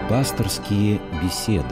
Пасторские беседы.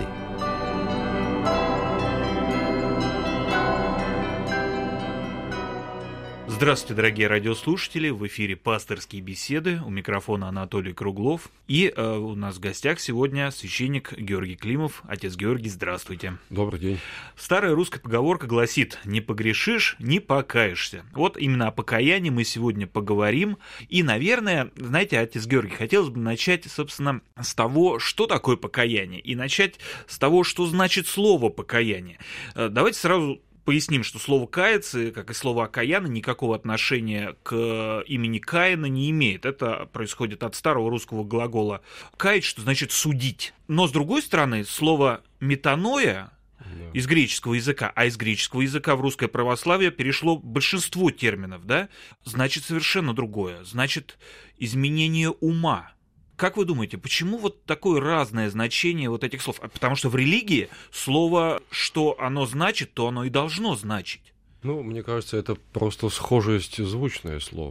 Здравствуйте, дорогие радиослушатели! В эфире «Пасторские беседы». У микрофона Анатолий Круглов. И у нас в гостях сегодня священник Георгий Климов. Отец Георгий, здравствуйте. Добрый день. Старая русская поговорка гласит: «Не погрешишь, не покаешься». Вот именно о покаянии мы сегодня поговорим. И, наверное, знаете, отец Георгий, хотелось бы начать, собственно, с того, что такое покаяние. И начать с того, что значит слово «покаяние». Давайте сразу поясним, что слово «каяться», как и слово «окаяна», никакого отношения к имени Каина не имеет. Это происходит от старого русского глагола «каять», что значит «судить». Но, с другой стороны, слово «метаноя» из греческого языка, а из греческого языка в русское православие перешло большинство терминов, да, значит совершенно другое, значит изменение ума. Как вы думаете, почему вот такое разное значение вот этих слов? Потому что в религии слово, что оно значит, то оно и должно значить. Мне кажется, это просто схожесть звучных слов.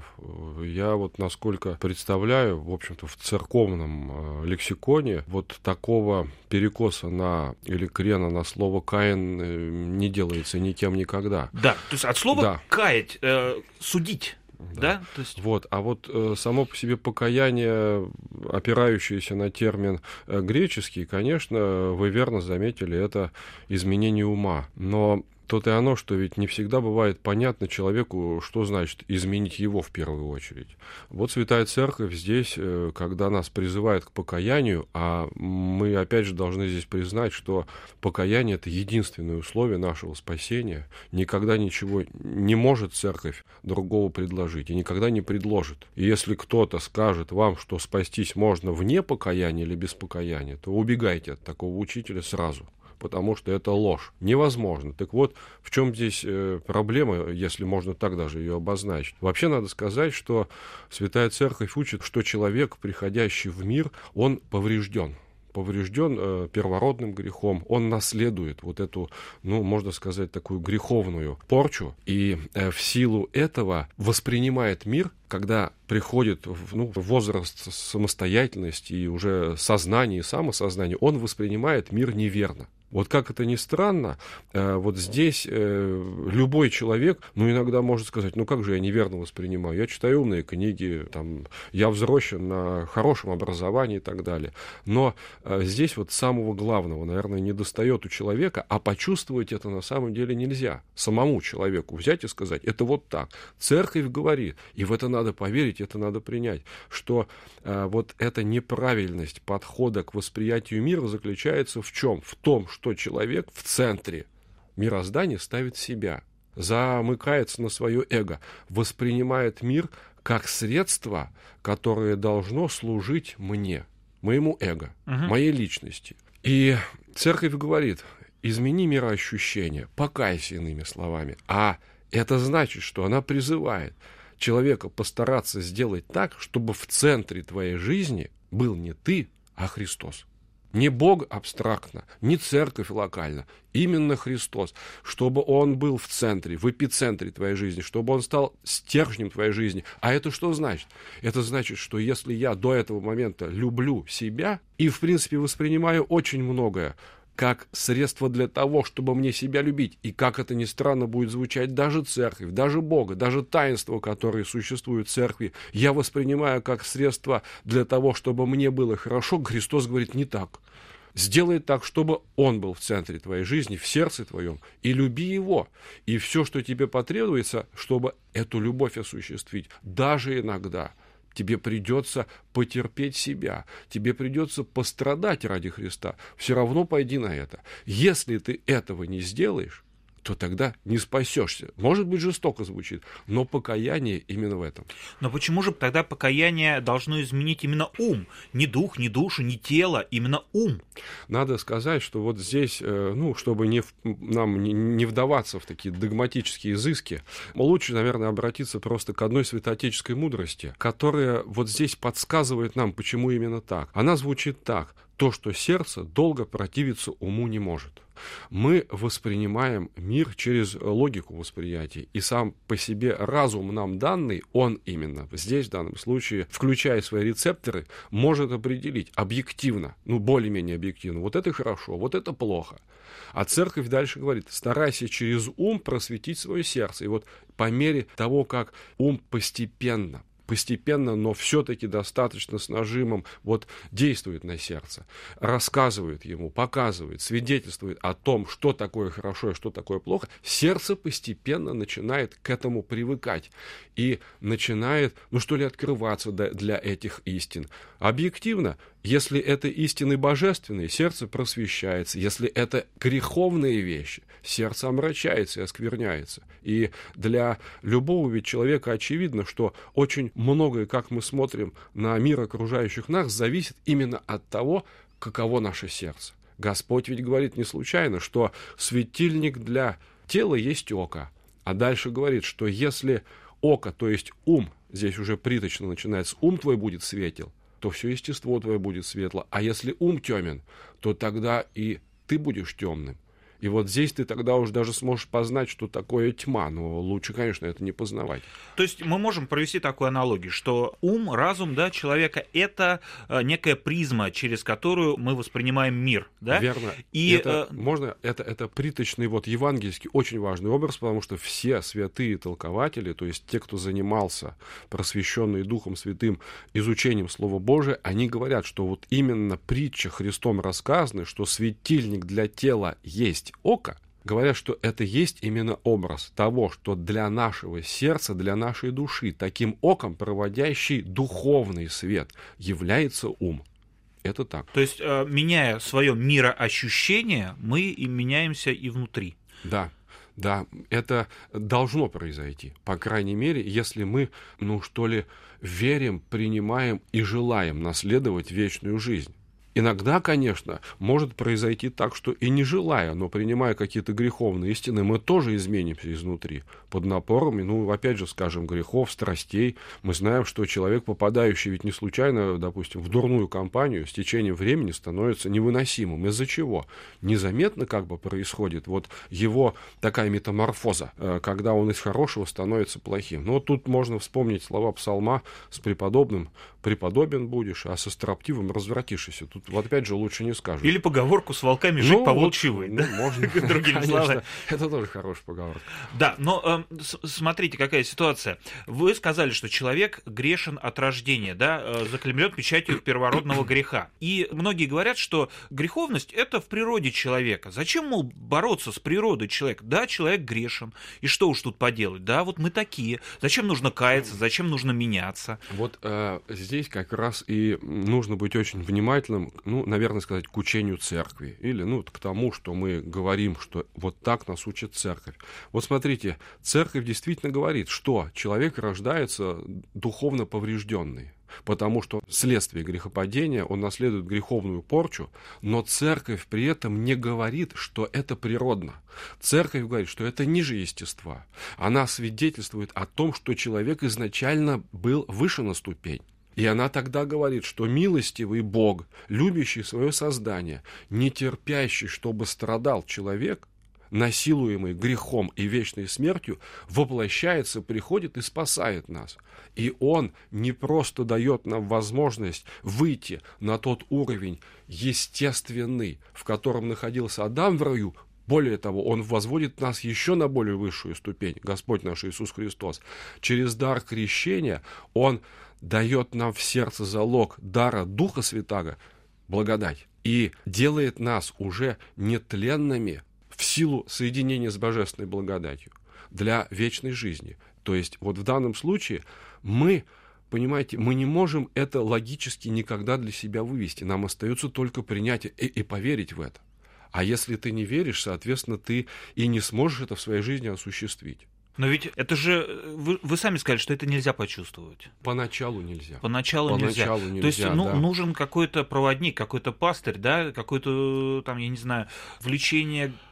Я вот насколько представляю, в общем-то, в церковном лексиконе вот такого перекоса или крена на слово «каин» не делается никем никогда. Да, то есть от слова «каять», «судить». Да? То есть... А вот само по себе покаяние, опирающееся на термин греческий, конечно, вы верно заметили, это изменение ума. Но то-то и оно, что ведь не всегда бывает понятно человеку, что значит изменить его в первую очередь. Вот Святая Церковь здесь, когда нас призывает к покаянию, а мы опять же должны здесь признать, что покаяние — это единственное условие нашего спасения. Никогда ничего не может Церковь другого предложить и никогда не предложит. И если кто-то скажет вам, что спастись можно вне покаяния или без покаяния, то убегайте от такого учителя сразу, потому что это ложь. Невозможно. Так вот, в чем здесь проблема, если можно так даже ее обозначить? Вообще надо сказать, что Святая Церковь учит, что человек, приходящий в мир, он поврежден первородным грехом, он наследует вот эту, можно сказать, такую греховную порчу, и в силу этого воспринимает мир, когда приходит в возраст самостоятельности и уже сознания и самосознания, он воспринимает мир неверно. Вот как это ни странно, вот здесь любой человек, иногда может сказать, как же я неверно воспринимаю, я читаю умные книги, я взросшен на хорошем образовании и так далее. Но здесь вот самого главного, наверное, недостает у человека, а почувствовать это на самом деле нельзя. Самому человеку взять и сказать, это вот так. Церковь говорит, и в это надо поверить, это надо принять, что вот эта неправильность подхода к восприятию мира заключается в чем? В том, что человек в центре мироздания ставит себя, замыкается на свое эго, воспринимает мир как средство, которое должно служить мне, моему эго, моей личности. И Церковь говорит, измени мироощущение, покайся, иными словами. А это значит, что она призывает человека постараться сделать так, чтобы в центре твоей жизни был не ты, а Христос. Не Бог абстрактно, не церковь локально, именно Христос. Чтобы Он был в центре, в эпицентре твоей жизни, чтобы Он стал стержнем твоей жизни. А это что значит? Это значит, что если я до этого момента люблю себя и, в принципе, воспринимаю очень многое как средство для того, чтобы мне себя любить. И как это ни странно будет звучать, даже церковь, даже Бога, даже таинства, которые существуют в церкви, я воспринимаю как средство для того, чтобы мне было хорошо. Христос говорит, не так. Сделай так, чтобы Он был в центре твоей жизни, в сердце твоем, и люби Его. И все, что тебе потребуется, чтобы эту любовь осуществить, даже иногда тебе придется потерпеть себя, тебе придется пострадать ради Христа. Все равно пойди на это. Если ты этого не сделаешь, то тогда не спасешься. Может быть, жестоко звучит, но покаяние именно в этом. Но почему же тогда покаяние должно изменить именно ум? Не дух, не душу, не тело, именно ум. Надо сказать, что вот здесь, чтобы нам не вдаваться в такие догматические изыски, лучше, наверное, обратиться просто к одной святоотеческой мудрости, которая вот здесь подсказывает нам, почему именно так. Она звучит так. то, что сердце долго противиться уму не может. Мы воспринимаем мир через логику восприятия, и сам по себе разум нам данный, он именно здесь, в данном случае, включая свои рецепторы, может определить объективно, более-менее объективно, вот это хорошо, вот это плохо. А церковь дальше говорит: старайся через ум просветить свое сердце. И вот по мере того, как ум постепенно, но все-таки достаточно с нажимом действует на сердце, рассказывает ему, показывает, свидетельствует о том, что такое хорошо и что такое плохо, сердце постепенно начинает к этому привыкать и начинает, открываться для этих истин. Объективно, если это истины божественные, сердце просвещается. Если это греховные вещи, сердце омрачается и оскверняется. И для любого ведь человека очевидно, что очень многое, как мы смотрим на мир окружающих нас, зависит именно от того, каково наше сердце. Господь ведь говорит не случайно, что светильник для тела есть око. А дальше говорит, что если око, то есть ум, здесь уже приточно начинается, ум твой будет светел, то все естество твое будет светло. А если ум темен, то тогда и ты будешь темным. И вот здесь ты тогда уже даже сможешь познать, что такое тьма. Но лучше, конечно, это не познавать. То есть мы можем провести такую аналогию, что ум, разум, человека — это некая призма, через которую мы воспринимаем мир. Да? Верно. И это приточный евангельский очень важный образ, потому что все святые толкователи, то есть те, кто занимался, просвещенные Духом Святым, изучением Слова Божия, они говорят, что именно притча Христом рассказана, что светильник для тела есть око, говорят, что это есть именно образ того, что для нашего сердца, для нашей души, таким оком, проводящий духовный свет, является ум. Это так. То есть, меняя свое мироощущение, мы и меняемся и внутри. Да, это должно произойти. По крайней мере, если мы, верим, принимаем и желаем наследовать вечную жизнь. Иногда, конечно, может произойти так, что и не желая, но принимая какие-то греховные истины, мы тоже изменимся изнутри. Под напором, опять же, скажем, грехов, страстей. Мы знаем, что человек, попадающий ведь не случайно, допустим, в дурную компанию, с течением времени становится невыносимым. Из-за чего? Незаметно происходит его такая метаморфоза, когда он из хорошего становится плохим. Но тут можно вспомнить слова псалма: с преподобным преподобен будешь, а со строптивым развратишься. Тут опять же лучше не скажешь. Или поговорку: с волками жить по волчьи выть. Можно. Другими словами. Это тоже хорошая поговорка. Да, но смотрите, какая ситуация. Вы сказали, что человек грешен от рождения, заклеймлен печатью первородного греха. И многие говорят, что греховность — это в природе человека. Зачем, бороться с природой человека? Да, человек грешен. И что уж тут поделать? Да, мы такие. Зачем нужно каяться? Зачем нужно меняться? Здесь как раз и нужно быть очень внимательным, наверное, сказать, к учению церкви. Или, к тому, что мы говорим, что так нас учит церковь. Смотрите, церковь действительно говорит, что человек рождается духовно поврежденный, потому что вследствие грехопадения он наследует греховную порчу, но церковь при этом не говорит, что это природно. Церковь говорит, что это ниже естества. Она свидетельствует о том, что человек изначально был выше на ступень. И она тогда говорит, что милостивый Бог, любящий свое создание, не терпящий, чтобы страдал человек, насилуемый грехом и вечной смертью, воплощается, приходит и спасает нас. И Он не просто дает нам возможность выйти на тот уровень естественный, в котором находился Адам в раю. Более того, Он возводит нас еще на более высшую ступень, Господь наш Иисус Христос. Через дар крещения Он дает нам в сердце залог дара Духа Святаго, благодать, и делает нас уже нетленными в силу соединения с божественной благодатью для вечной жизни. То есть в данном случае мы, понимаете, мы не можем это логически никогда для себя вывести. Нам остается только принять и поверить в это. А если ты не веришь, соответственно, ты и не сможешь это в своей жизни осуществить. Но ведь это же, вы сами сказали, что это нельзя почувствовать. Поначалу нельзя. Поначалу нельзя. То есть нужен какой-то проводник, какой-то пастырь, какое-то, влечение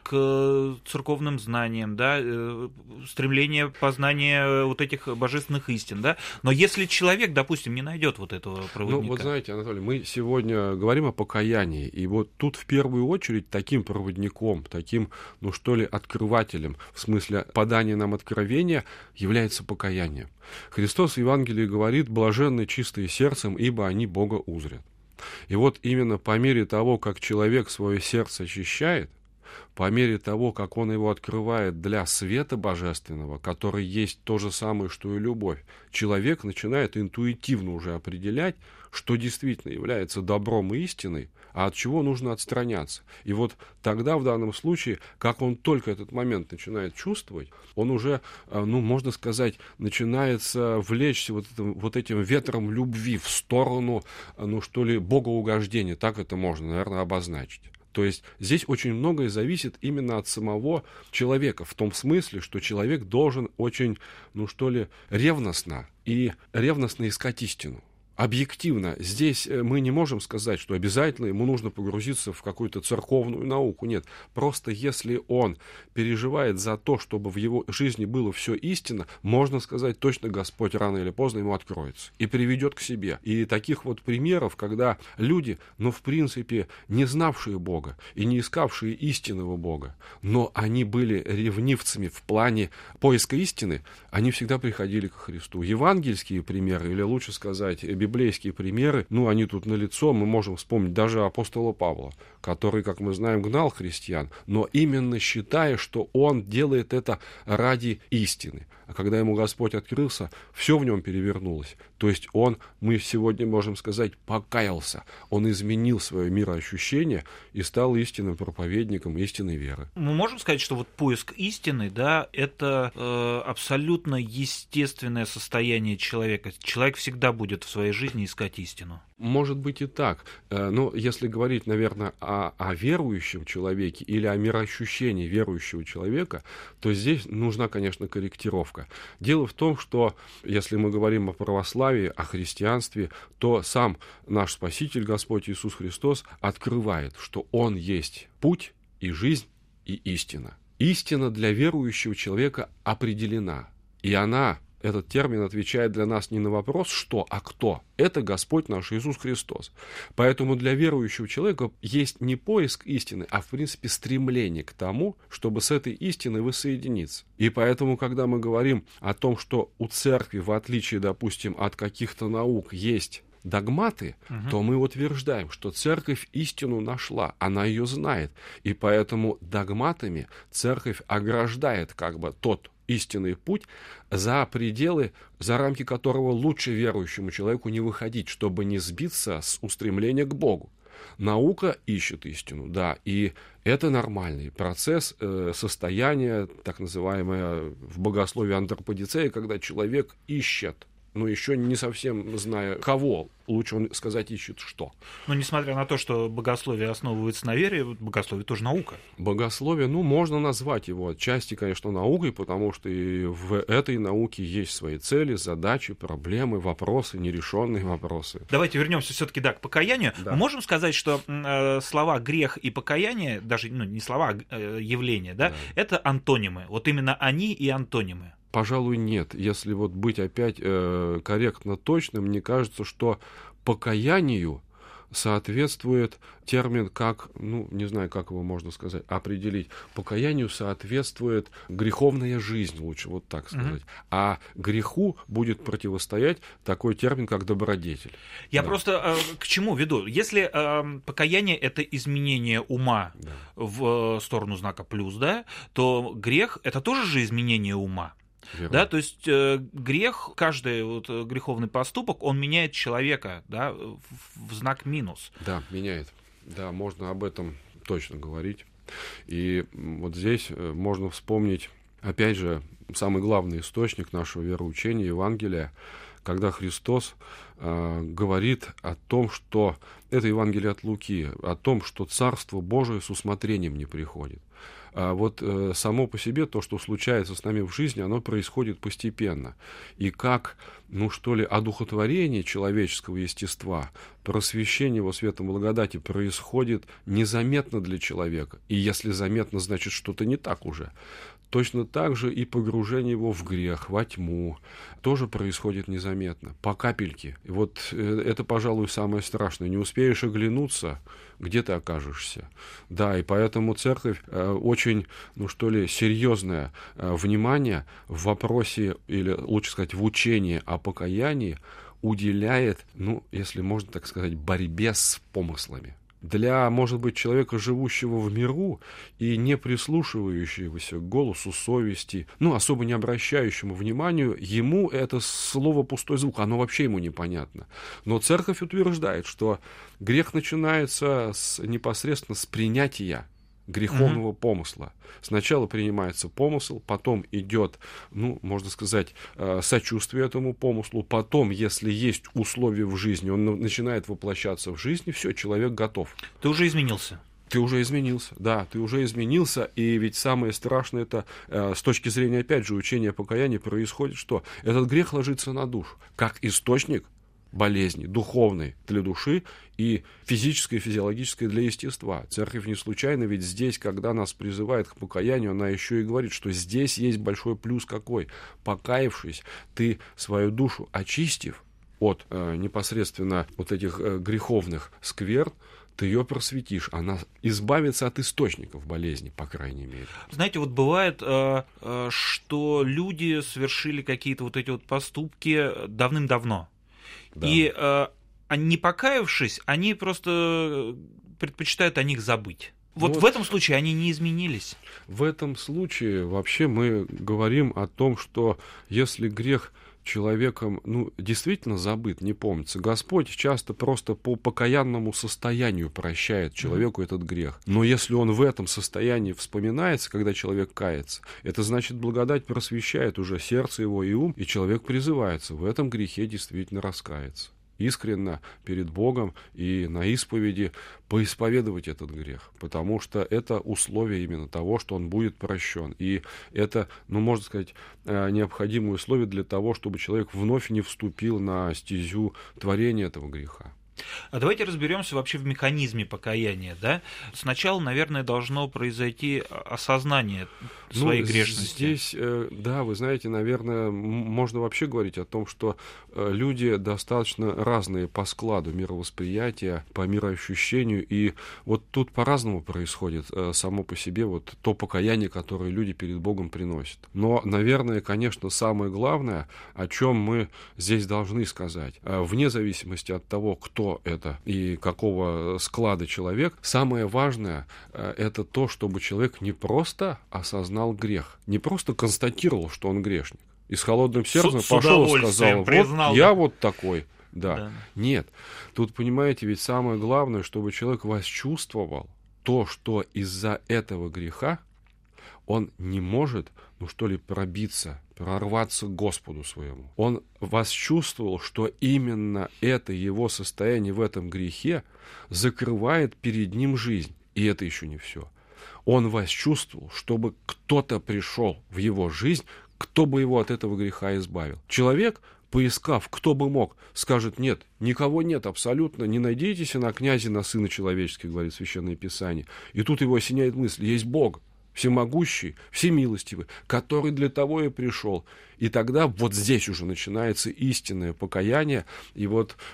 к церковным знаниям, да, стремление познания вот этих божественных истин, да. Но если человек, допустим, не найдет вот этого проводника... Ну, вот знаете, Анатолий, мы сегодня говорим о покаянии, и вот тут в первую очередь таким проводником, таким, ну что ли, открывателем, в смысле подания нам откровения, является покаяние. Христос в Евангелии говорит: «Блаженны чистые сердцем, ибо они Бога узрят». И вот именно по мере того, как человек свое сердце очищает, по мере того, как он его открывает для света божественного, который есть то же самое, что и любовь, человек начинает интуитивно уже определять, что действительно является добром и истиной, а от чего нужно отстраняться. И вот тогда, в данном случае, как он только этот момент начинает чувствовать, он уже, ну, можно сказать, начинается влечься вот этим ветром любви в сторону, ну, что ли, богоугождения, так это можно, наверное, обозначить. То есть здесь очень многое зависит именно от самого человека, в том смысле, что человек должен очень, ну что ли, ревностно искать истину. Объективно, здесь мы не можем сказать, что обязательно ему нужно погрузиться в какую-то церковную науку. Нет, просто если он переживает за то, чтобы в его жизни было все истинно, можно сказать, точно Господь рано или поздно ему откроется и приведет к себе. И таких вот примеров, когда люди, ну, в принципе, не знавшие Бога и не искавшие истинного Бога, но они были ревнивцами в плане поиска истины, они всегда приходили к Христу. Евангельские примеры, или лучше сказать, библейские примеры, ну, они тут налицо, мы можем вспомнить даже апостола Павла, который, как мы знаем, гнал христиан, но именно считая, что он делает это ради истины. А когда ему Господь открылся, все в нем перевернулось. То есть мы сегодня можем сказать, покаялся. Он изменил свое мироощущение и стал истинным проповедником истинной веры. Мы можем сказать, что вот поиск истины, да, это абсолютно естественное состояние человека. Человек всегда будет в своей жизни искать истину. Может быть и так. Но если говорить, наверное, о верующем человеке или о мироощущении верующего человека, то здесь нужна, конечно, корректировка. Дело в том, что если мы говорим о православии, о христианстве, то сам наш Спаситель Господь Иисус Христос открывает, что Он есть путь и жизнь и истина. Истина для верующего человека определена, и этот термин отвечает для нас не на вопрос «что», а «кто». Это Господь наш Иисус Христос. Поэтому для верующего человека есть не поиск истины, а, в принципе, стремление к тому, чтобы с этой истиной воссоединиться. И поэтому, когда мы говорим о том, что у церкви, в отличие, допустим, от каких-то наук, есть догматы, то мы утверждаем, что церковь истину нашла, она ее знает. И поэтому догматами церковь ограждает как бы тот истинный путь, за пределы, за рамки которого лучше верующему человеку не выходить, чтобы не сбиться с устремления к Богу. Наука ищет истину, да, и это нормальный процесс состояния, так называемое в богословии антроподицея, когда человек ищет, но еще не совсем зная кого. Лучше он сказать ищет что. Но несмотря на то, что богословие основывается на вере, богословие тоже наука. Богословие, можно назвать его отчасти, конечно, наукой, потому что и в этой науке есть свои цели, задачи, проблемы, вопросы, нерешенные вопросы. Давайте вернемся все-таки к покаянию. Да. Мы можем сказать, что слова грех и покаяние, даже не слова, а явления, да, это антонимы. Вот именно они и антонимы. Пожалуй, нет. Если вот быть опять корректно точным, мне кажется, что покаянию соответствует термин как, не знаю, как его можно сказать, определить. Покаянию соответствует греховная жизнь, лучше вот так сказать. А греху будет противостоять такой термин, как добродетель. Я просто к чему веду? Если покаяние — это изменение ума в сторону знака плюс, да, то грех — это тоже же изменение ума. Верно. Да, то есть грех, каждый греховный поступок, он меняет человека, да, в знак минус. Да, меняет. Да, можно об этом точно говорить. И вот здесь можно вспомнить, опять же, самый главный источник нашего вероучения, Евангелия, когда Христос говорит о том, что это Евангелие от Луки, о том, что Царство Божие с усмотрением не приходит. само по себе то, что случается с нами в жизни, оно происходит постепенно. И как, одухотворение человеческого естества, просвещение его светом благодати происходит незаметно для человека. И если заметно, значит, что-то не так уже. Точно так же и погружение его в грех, во тьму, тоже происходит незаметно, по капельке. И это, пожалуй, самое страшное. Не успеешь оглянуться, где ты окажешься. Да, и поэтому церковь очень, серьезное внимание в вопросе, или лучше сказать, в учении о покаянии уделяет, если можно так сказать, борьбе с помыслами. Для, может быть, человека, живущего в миру и не прислушивающегося к голосу совести, особо не обращающему вниманию, ему это слово пустой звук, оно вообще ему непонятно. Но церковь утверждает, что грех начинается непосредственно с принятия греховного помысла. Сначала принимается помысл, потом идет, можно сказать, сочувствие этому помыслу, потом, если есть условия в жизни, он начинает воплощаться в жизни, все, человек готов. Ты уже изменился. Ты уже изменился, да, ты уже изменился, и ведь самое страшное это, с точки зрения, опять же, учения покаяния, происходит, что этот грех ложится на душу, как источник болезни, духовной для души и физической, физиологической для естества. Церковь не случайно, ведь здесь, когда нас призывает к покаянию, она еще и говорит, что здесь есть большой плюс какой. Покаявшись, ты свою душу очистив от непосредственно этих греховных скверн, ты ее просветишь, она избавится от источников болезни, по крайней мере. Знаете, бывает, что люди совершили какие-то эти поступки давным-давно. Да. И не покаявшись, они просто предпочитают о них забыть. В этом случае они не изменились. В этом случае вообще мы говорим о том, что если грех человеком действительно забыт, не помнится, Господь часто просто по покаянному состоянию прощает человеку этот грех. Но если он в этом состоянии вспоминается, когда человек кается, это значит, благодать просвещает уже сердце его и ум, и человек призывается в этом грехе действительно раскаяться. Искренно перед Богом и на исповеди поисповедовать этот грех, потому что это условие именно того, что он будет прощен. И это, можно сказать, необходимое условие для того, чтобы человек вновь не вступил на стезю творения этого греха. А давайте разберемся вообще в механизме покаяния, да? Сначала, наверное, должно произойти осознание своей грешности. Здесь, да, вы знаете, наверное, можно вообще говорить о том, что люди достаточно разные по складу мировосприятия, по мироощущению, и тут по-разному происходит само по себе то покаяние, которое люди перед Богом приносят. Но, наверное, конечно, самое главное, о чем мы здесь должны сказать, вне зависимости от того, кто это и какого склада человек, самое важное это то, чтобы человек не просто осознал грех, не просто констатировал, что он грешник, и с холодным сердцем пошел и сказал, я такой. Да. Нет, тут, понимаете, ведь самое главное, чтобы человек восчувствовал то, что из-за этого греха он не может, пробиться, прорваться к Господу своему. Он восчувствовал, что именно это его состояние в этом грехе закрывает перед ним жизнь. И это еще не все. Он восчувствовал, чтобы кто-то пришел в его жизнь, кто бы его от этого греха избавил. Человек, поискав, кто бы мог, скажет, нет, никого нет абсолютно, не надейтесь на князя, на сына человеческого, говорит Священное Писание. И тут его осеняет мысль, есть Бог, всемогущий, всемилостивый, который для того и пришел. И тогда здесь уже начинается истинное покаяние. И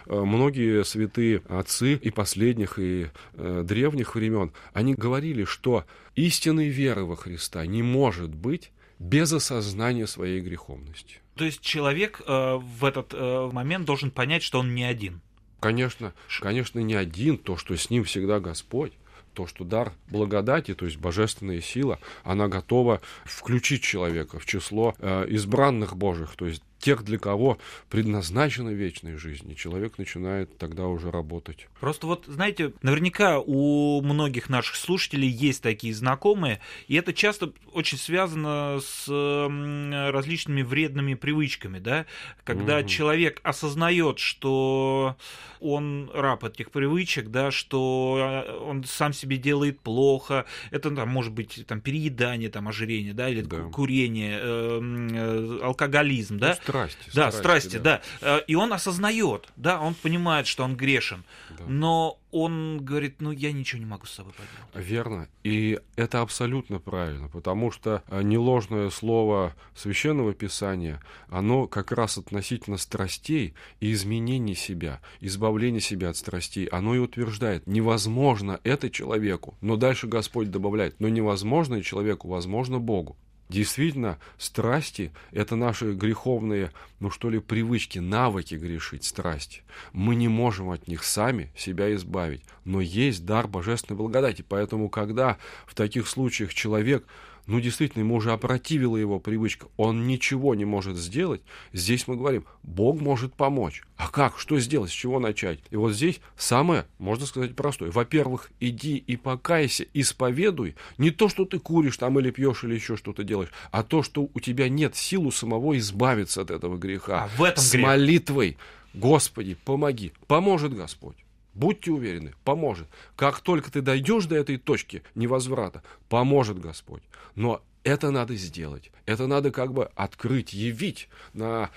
многие святые отцы и последних, и древних времен, они говорили, что истинной веры во Христа не может быть без осознания своей греховности. То есть человек в этот момент должен понять, что он не один. Конечно, не один, то, что с ним всегда Господь. То, что дар благодати, то есть божественная сила, она готова включить человека в число избранных Божьих, то есть тех, для кого предназначена вечная жизнь, и человек начинает тогда уже работать. Просто вот, знаете, наверняка у многих наших слушателей есть такие знакомые, и это часто очень связано с различными вредными привычками, да, когда человек осознает, что он раб этих привычек, да, что он сам себе делает плохо, это там, может быть там, переедание, там, ожирение, да, или курение, алкоголизм, да. Страсти, да. И он осознает, да, он понимает, что он грешен, но он говорит, я ничего не могу с собой поделать. Верно. И это абсолютно правильно, потому что неложное слово Священного Писания, оно как раз относительно страстей и изменения себя, избавления себя от страстей, оно и утверждает, невозможно это человеку, но дальше Господь добавляет, но невозможно человеку, возможно Богу. Действительно, страсти – это наши греховные, привычки, навыки грешить, страсти. Мы не можем от них сами себя избавить, но есть дар божественной благодати. Поэтому, когда в таких случаях человек, действительно, ему уже опротивила его привычка, он ничего не может сделать, здесь мы говорим, Бог может помочь. А как? Что сделать? С чего начать? И вот здесь самое, можно сказать, простое. Во-первых, иди и покайся, исповедуй не то, что ты куришь там или пьешь, или еще что-то делаешь, а то, что у тебя нет сил самого избавиться от этого греха. В этом с молитвой, Господи, помоги. Поможет Господь. Будьте уверены, поможет. Как только ты дойдешь до этой точки невозврата, поможет Господь. Но это надо сделать. Это надо открыть, явить на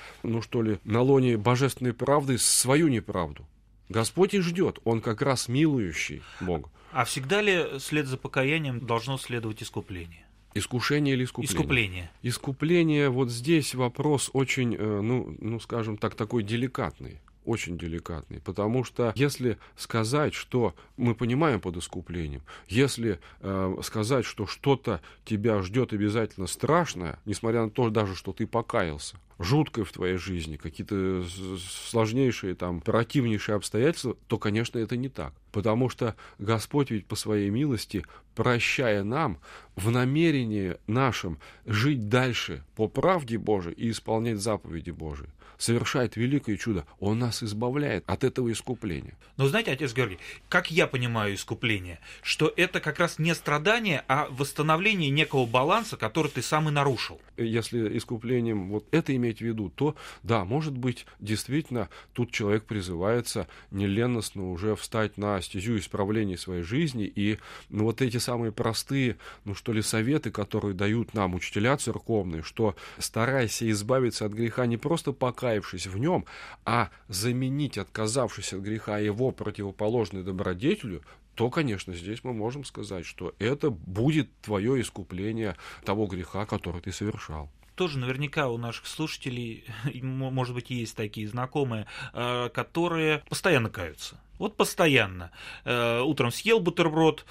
лоне божественной правды свою неправду. Господь и ждет. Он как раз милующий Бог. А всегда ли вслед за покаянием должно следовать искупление? Искушение или искупление? Искупление. Искупление, вот здесь вопрос очень, скажем так, такой деликатный. Очень деликатный, потому что если сказать, что мы понимаем под искуплением, если сказать, что что-то тебя ждет обязательно страшное, несмотря на то даже, что ты покаялся, жуткое в твоей жизни, какие-то сложнейшие, противнейшие обстоятельства, то, конечно, это не так. Потому что Господь ведь по своей милости, прощая нам, в намерении нашем жить дальше по правде Божией и исполнять заповеди Божии, совершает великое чудо. Он нас избавляет от этого искупления. Но знаете, отец Георгий, как я понимаю искупление, что это как раз не страдание, а восстановление некого баланса, который ты сам и нарушил. Если искуплением это иметь в виду, то, да, может быть, действительно, тут человек призывается неленностно уже встать на стезю исправления своей жизни, и эти самые простые, советы, которые дают нам учителя церковные, что старайся избавиться от греха не просто покаявшись в нем, а заменить отказавшись от греха его противоположной добродетелью, то, конечно, здесь мы можем сказать, что это будет твое искупление того греха, который ты совершал. Тоже наверняка у наших слушателей, может быть, есть такие знакомые, которые постоянно каются. Вот постоянно. Утром съел бутерброд,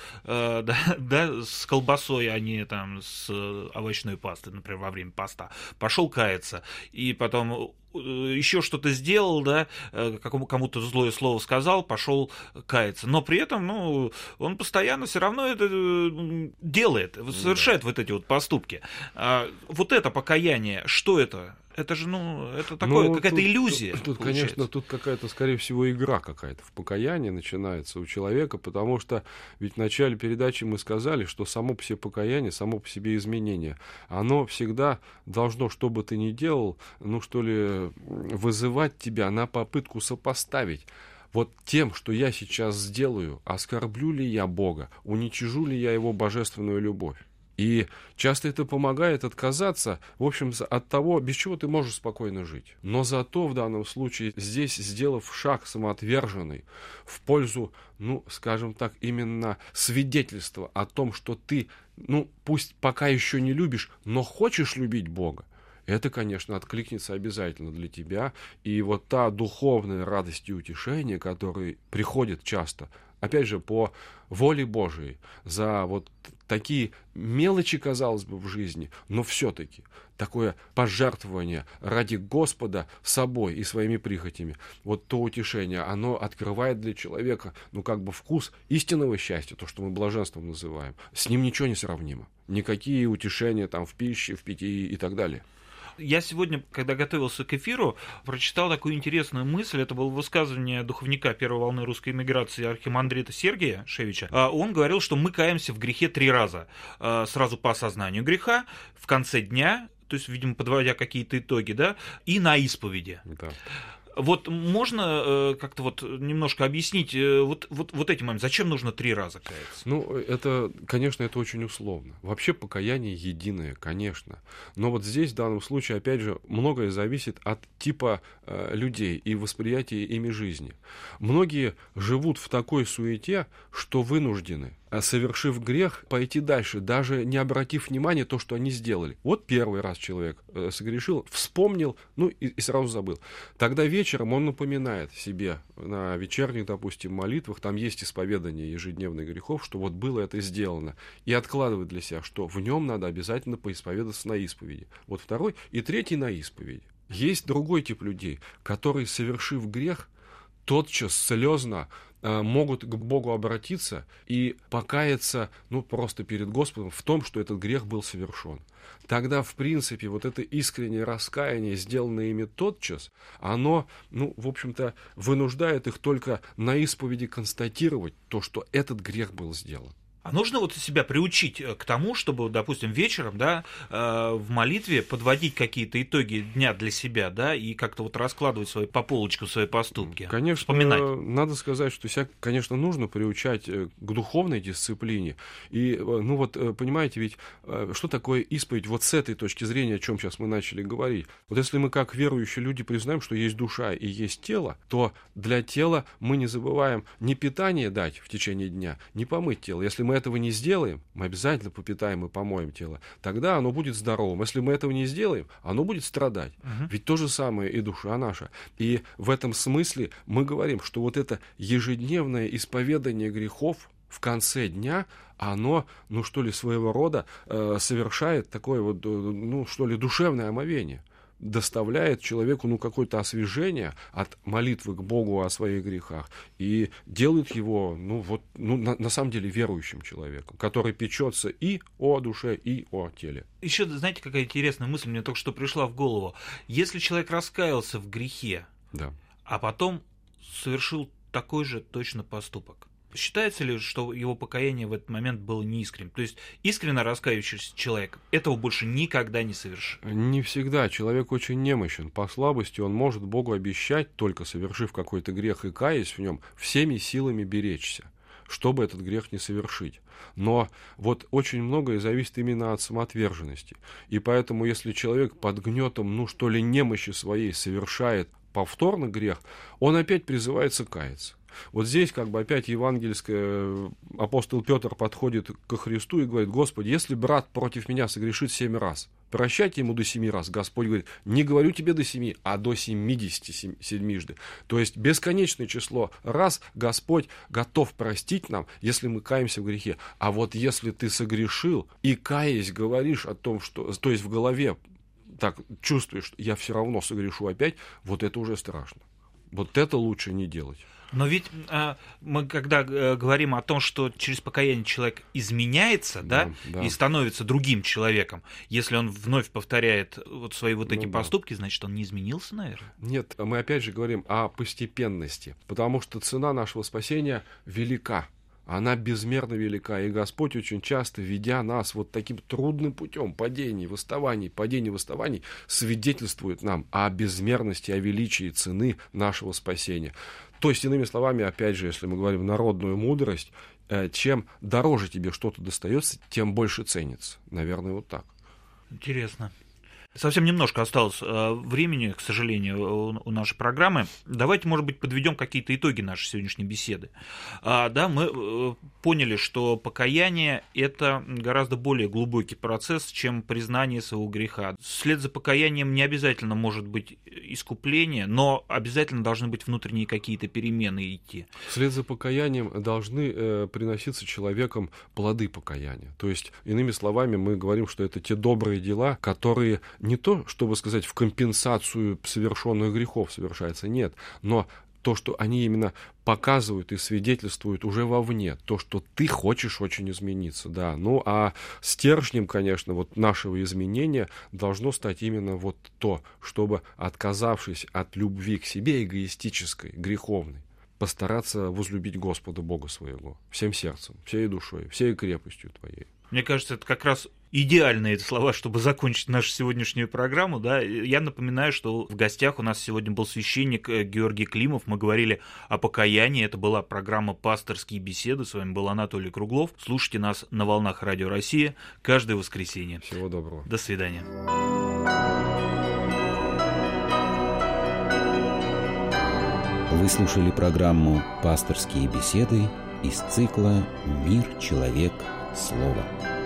с колбасой, а не с овощной пастой, например, во время поста. Пошел каяться. И потом еще что-то сделал, кому-то злое слово сказал, пошел каяться. Но при этом, он постоянно все равно это делает, совершает эти поступки. Вот это покаяние, что это? Это же, это такое, какая-то иллюзия. Тут, конечно, какая-то, скорее всего, игра какая-то в покаянии начинается у человека, потому что ведь в начале передачи мы сказали, что само по себе покаяние, само по себе изменение, оно всегда должно, что бы ты ни делал, вызывать тебя на попытку сопоставить. Вот тем, что я сейчас сделаю, оскорблю ли я Бога, уничижу ли я Его божественную любовь. И часто это помогает отказаться, в общем, от того, без чего ты можешь спокойно жить. Но зато в данном случае здесь, сделав шаг самоотверженный в пользу, скажем так, именно свидетельства о том, что ты, пусть пока еще не любишь, но хочешь любить Бога, это, конечно, откликнется обязательно для тебя. И вот та духовная радость и утешение, которые приходят часто, опять же, по воле Божией, за такие мелочи, казалось бы, в жизни, но все-таки такое пожертвование ради Господа собой и своими прихотями, то утешение, оно открывает для человека, вкус истинного счастья, то, что мы блаженством называем. С ним ничего не сравнимо. Никакие утешения в пище, в питье и так далее. Я сегодня, когда готовился к эфиру, прочитал такую интересную мысль. Это было высказывание духовника первой волны русской эмиграции архимандрита Сергия Шевича. Он говорил, что мы каемся в грехе 3 раза. Сразу по осознанию греха, в конце дня, то есть, видимо, подводя какие-то итоги, да, и на исповеди. Да. Вот можно как-то вот немножко объяснить вот эти моменты? Зачем нужно 3 раза каяться? Ну, это, конечно, это очень условно. Вообще покаяние единое, конечно. Но вот здесь, в данном случае, опять же, многое зависит от типа людей и восприятия ими жизни. Многие живут в такой суете, что вынуждены, совершив грех, пойти дальше, даже не обратив внимания на то, что они сделали. Вот первый раз человек согрешил, вспомнил, ну и сразу забыл. Тогда вечером он напоминает себе на вечерних, допустим, молитвах, там есть исповедание ежедневных грехов, что вот было это сделано, и откладывает для себя, что в нем надо обязательно поисповедаться на исповеди. Вот второй и третий на исповеди. Есть другой тип людей, которые, совершив грех, тотчас слезно могут к Богу обратиться и покаяться, ну, просто перед Господом в том, что этот грех был совершен. Тогда, в принципе, вот это искреннее раскаяние, сделанное ими тотчас, оно, ну, в общем-то, вынуждает их только на исповеди констатировать то, что этот грех был сделан. А нужно вот себя приучить к тому, чтобы, допустим, вечером, да, в молитве подводить какие-то итоги дня для себя, да, и как-то вот раскладывать по полочкам свои поступки. Конечно, вспоминать. Надо сказать, что себя, конечно, нужно приучать к духовной дисциплине. И, ну вот, понимаете, ведь что такое исповедь вот с этой точки зрения, о чем сейчас мы начали говорить? Вот если мы как верующие люди признаем, что есть душа и есть тело, то для тела мы не забываем ни питание дать в течение дня, ни помыть тело. Если мы этого не сделаем, мы обязательно попитаем и помоем тело, тогда оно будет здоровым. Если мы этого не сделаем, оно будет страдать. Ведь то же самое и душа наша. И в этом смысле мы говорим, что вот это ежедневное исповедание грехов в конце дня, оно, ну что ли, своего рода совершает такое вот, ну что ли, душевное омовение. Доставляет человеку, ну, какое-то освежение от молитвы к Богу о своих грехах и делает его, ну, вот, ну, на самом деле верующим человеком, который печется и о душе, и о теле. Еще, знаете, какая интересная мысль мне только что пришла в голову. Если человек раскаялся в грехе, Да. а потом совершил такой же точно поступок, считается ли, что его покаяние в этот момент было неискренним? То есть искренне раскаивающийся человек этого больше никогда не совершит? Не всегда. Человек очень немощен. По слабости он может Богу обещать, только совершив какой-то грех и каясь в нем, всеми силами беречься, чтобы этот грех не совершить. Но вот очень многое зависит именно от самоотверженности. И поэтому, если человек под гнетом, ну что ли, немощи своей совершает повторно грех, он опять призывается каяться. Вот здесь как бы опять евангельское, апостол Петр подходит ко Христу и говорит: Господи, если брат против меня согрешит 7 раз, прощайте ему до 7 раз. Господь говорит: не говорю тебе до 7, а до 77. То есть бесконечное число раз Господь готов простить нам, если мы каемся в грехе. А вот если ты согрешил и каясь говоришь о том, что, то есть в голове так чувствуешь, что я все равно согрешу опять, вот это уже страшно. Вот это лучше не делать. Но ведь мы, когда говорим о том, что через покаяние человек изменяется, да, и становится другим человеком, если он вновь повторяет вот свои вот эти поступки, значит, он не изменился, наверное? Нет, мы опять же говорим о постепенности, потому что цена нашего спасения велика. Она безмерно велика, и Господь очень часто, ведя нас вот таким трудным путем падений, восставаний, свидетельствует нам о безмерности, о величии цены нашего спасения. То есть, иными словами, опять же, если мы говорим народную мудрость, чем дороже тебе что-то достается, тем больше ценится. Наверное, вот так. Интересно. Совсем немножко осталось времени, к сожалению, у нашей программы. Давайте, может быть, подведем какие-то итоги нашей сегодняшней беседы. Да, мы поняли, что покаяние – это гораздо более глубокий процесс, чем признание своего греха. Вслед за покаянием не обязательно может быть искупление, но обязательно должны быть внутренние какие-то перемены идти. Вслед за покаянием должны приноситься человеком плоды покаяния. То есть, иными словами, мы говорим, что это те добрые дела, которые не то, чтобы сказать, в компенсацию совершенных грехов совершается, нет, но то, что они именно показывают и свидетельствуют уже вовне, то, что ты хочешь очень измениться, да. Ну, а стержнем, конечно, вот нашего изменения должно стать именно вот то, чтобы, отказавшись от любви к себе эгоистической, греховной, постараться возлюбить Господа Бога своего всем сердцем, всей душой, всей крепостью твоей. Мне кажется, это как раз идеальные слова, чтобы закончить нашу сегодняшнюю программу. Да? Я напоминаю, что в гостях у нас сегодня был священник Георгий Климов. Мы говорили о покаянии. Это была программа «Пасторские беседы». С вами был Анатолий Круглов. Слушайте нас на волнах Радио Россия каждое воскресенье. Всего доброго. До свидания. Вы слушали программу «Пасторские беседы» из цикла «Мир, человек, слово».